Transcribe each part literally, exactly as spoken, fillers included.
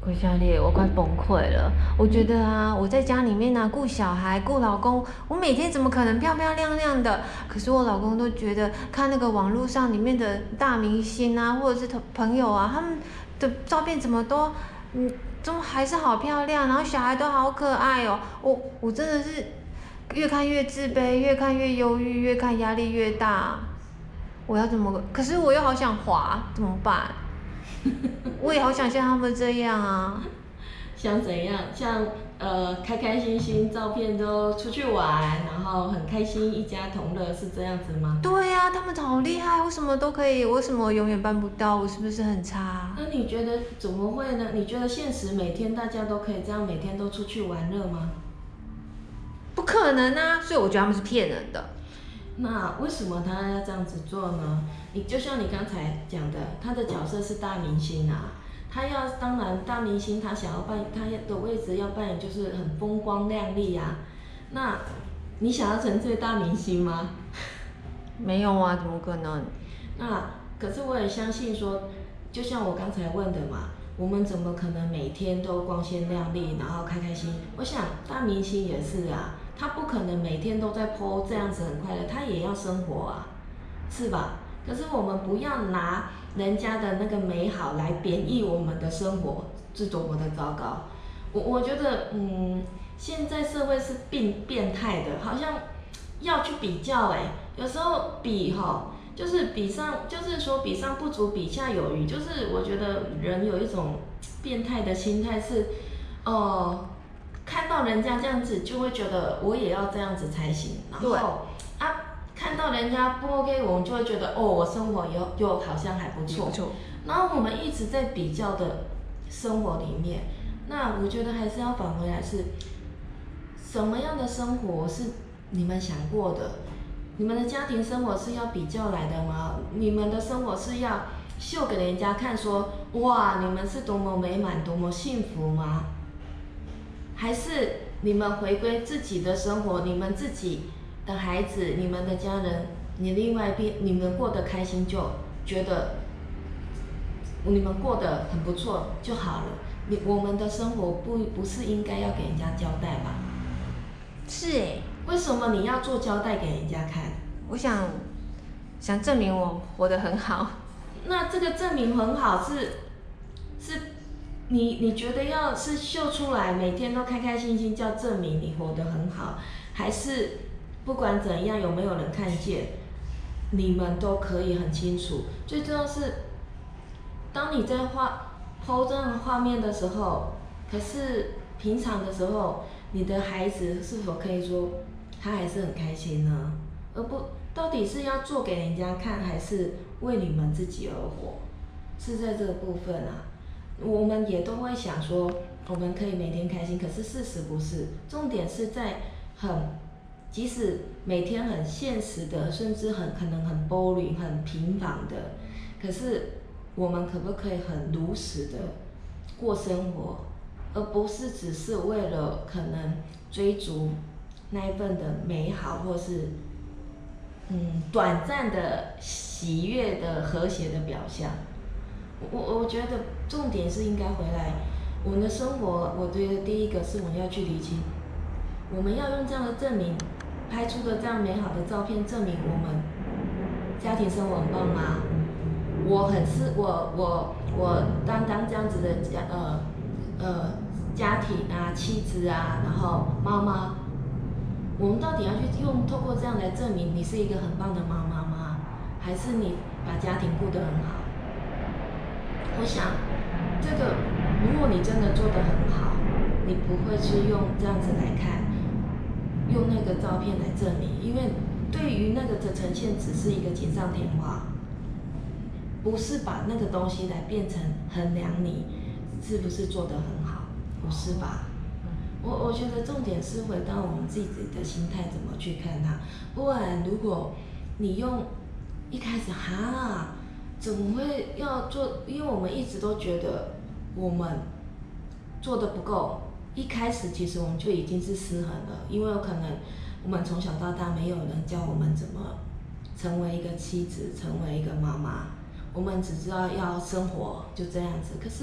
桂夏烈，我快崩溃了。我觉得啊，我在家里面呢、啊，顾小孩、顾老公，我每天怎么可能漂漂亮亮的？可是我老公都觉得看那个网络上里面的大明星啊，或者是朋友啊，他们的照片怎么都，嗯，都还是好漂亮，然后小孩都好可爱哦。我我真的是越看越自卑，越看越忧郁，越看压力越大。我要怎么？可是我又好想滑，怎么办？我也好想像他们这样啊！ 像怎样？像呃，开开心心，照片都出去玩，然后很开心，一家同乐，是这样子吗？ 对呀、啊，他们好厉害，为什么都可以？为什么我永远办不到？我是不是很差？ 那你觉得怎么会呢？你觉得现实每天大家都可以这样，每天都出去玩乐吗？ 不可能啊！所以我觉得他们是骗人的。 那为什么他要这样子做呢？你就像你刚才讲的，他的角色是大明星啊，他要当然大明星，他想要扮他的位置要扮演就是很风光亮丽啊。那你想要成最大明星吗？ 没有啊，怎么可能？ 那可是我也相信说，就像我刚才问的嘛，我们怎么可能每天都光鲜亮丽，然后开开心？我想大明星也是啊，他不可能每天都在 po 这样子很快乐，他也要生活啊，是吧？可是我们不要拿人家的那个美好来贬义我们的生活，是多么的糟糕。我我觉得，嗯，现在社会是变变态的，好像要去比较、欸，哎，有时候比哈。就是比上，就是说比上不足，比下有余。就是我觉得人有一种变态的心态是，哦、呃，看到人家这样子，就会觉得我也要这样子才行。然后啊，看到人家不 OK，我们就会觉得哦，我生活又又好像还不错。 不错。 然后我们一直在比较的生活里面，那我觉得还是要返回来是，什么样的生活是你们想过的？你们的家庭生活是要比较来的吗？你们的生活是要秀给人家看说，哇，你们是多么美满、多么幸福吗？还是你们回归自己的生活，你们自己的孩子、你们的家人，你另外一边你们过得开心，就觉得你们过得很不错就好了。你我们的生活不不是应该要给人家交代吧？ 是哎。 为什么你要做交代给人家看？ 我想想证明我活得很好。 那这个证明很好是是，你你觉得要是秀出来，每天都开开心心叫证明你活得很好，还是不管怎样有没有人看见，你们都可以很清楚。最重要是，当你在画 po 这样的画面的时候，可是平常的时候，你的孩子是否可以说他还是很开心呢？而不到底是要做给人家看，还是为你们自己而活？是在这个部分啊，我们也都会想说，我们可以每天开心，可是事实不是。重点是在很，即使每天很现实的，甚至很可能很 boring、很平凡的，可是我们可不可以很如实的过生活，而不是只是为了可能追逐那一份的美好，或是嗯短暂的喜悦的和谐的表象。我我觉得重点是应该回来，我们的生活，我觉得第一个是我们要去理清，我们要用这样的证明，拍出的这样美好的照片，证明我们家庭生活很棒吗？我很是，我我我担当这样子的家呃呃家庭啊，妻子啊，然后妈妈，我们到底要去用透过这样来证明你是一个很棒的妈妈吗？还是你把家庭顾得很好？我想，这个如果你真的做得很好，你不会去用这样子来看，用那个照片来证明，因为对于那个的呈现只是一个锦上添花，不是把那个东西来变成衡量你是不是做得很好，不是吧？我我觉得重点是回到我们自己的心态怎么去看它，不然如果你用一开始哈。怎么会要做？因为我们一直都觉得我们做的不够。一开始其实我们就已经是失衡了，因为有可能我们从小到大没有人教我们怎么成为一个妻子，成为一个妈妈。我们只知道要生活就这样子。可是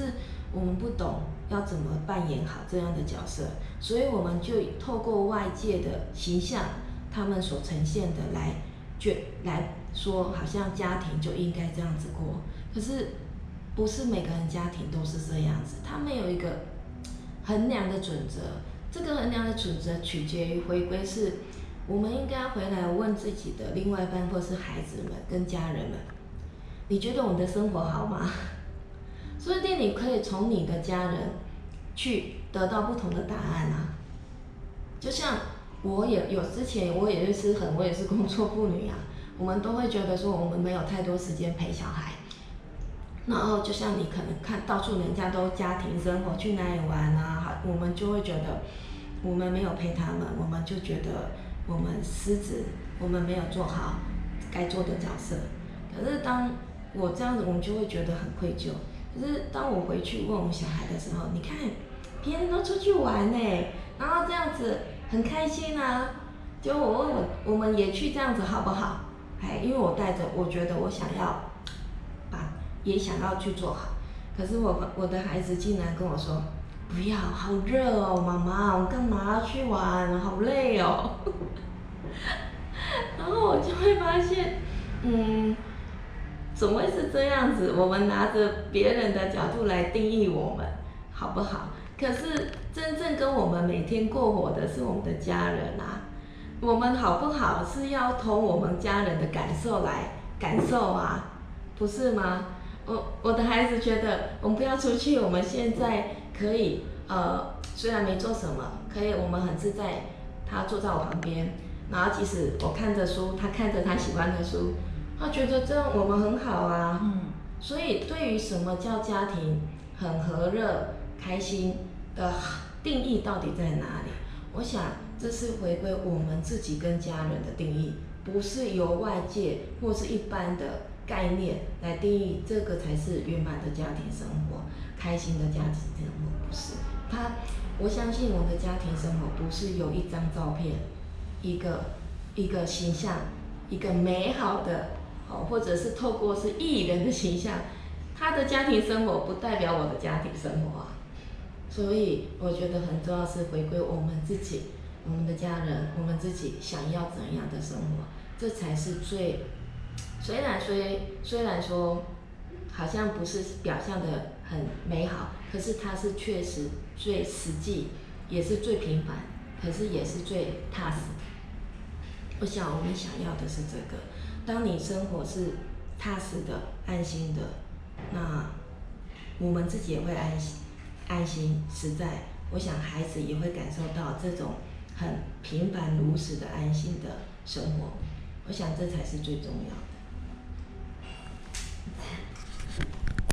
我们不懂要怎么扮演好这样的角色，所以我们就透过外界的形象，他们所呈现的来，就来说，好像家庭就应该这样子过。可是不是每个人家庭都是这样子，他们有一个衡量的准则。这个衡量的准则取决于回归是，我们应该回来问自己的另外一半，或是孩子们跟家人们，你觉得我们的生活好吗？说不定你可以从你的家人去得到不同的答案啊。就像我也有之前我也是很我也是工作妇女啊，我们都会觉得说我们没有太多时间陪小孩。然后就像你可能看到处人家都家庭生活去哪里玩啊，我们就会觉得我们没有陪他们，我们就觉得我们失职，我们没有做好该做的角色。可是当我这样子，我们就会觉得很愧疚。可是当我回去问我们小孩的时候，你看别人都出去玩呢，然后这样子很开心啊。就我问我，我们也去这样子好不好？哎，因为我带着，我觉得我想要把也想要去做好。可是我我的孩子竟然跟我说，不要，好热哦，妈妈，我干嘛要去玩？好累哦。然后我就会发现，嗯。怎么会是这样子？我们拿着别人的角度来定义我们，好不好？可是真正跟我们每天过活的是我们的家人啊。我们好不好是要从我们家人的感受来感受啊，不是吗？我我的孩子觉得我们不要出去，我们现在可以呃，虽然没做什么，可以我们很自在，他坐在我旁边，然后即使我看着书，他看着他喜欢的书。他觉得这样我们很好啊，嗯，所以对于什么叫家庭很和乐、开心的定义到底在哪里？我想这是回归我们自己跟家人的定义，不是由外界或是一般的概念来定义，这个才是圆满的家庭生活、开心的家庭生活，不是。他，我相信我的家庭生活不是有一张照片、一个一个形象、一个美好的。哦，或者是透过是艺人的形象，他的家庭生活不代表我的家庭生活啊。所以我觉得很重要是回归我们自己，我们的家人，我们自己想要怎样的生活，这才是最。虽然虽虽然说好像不是表现的很美好，可是它是确实最实际，也是最平凡，可是也是最踏实。我想我们想要的是这个。当你生活是踏实的、安心的，那我们自己也会安心、安心、实在。我想孩子也会感受到这种很平凡如实的安心的生活。我想这才是最重要的。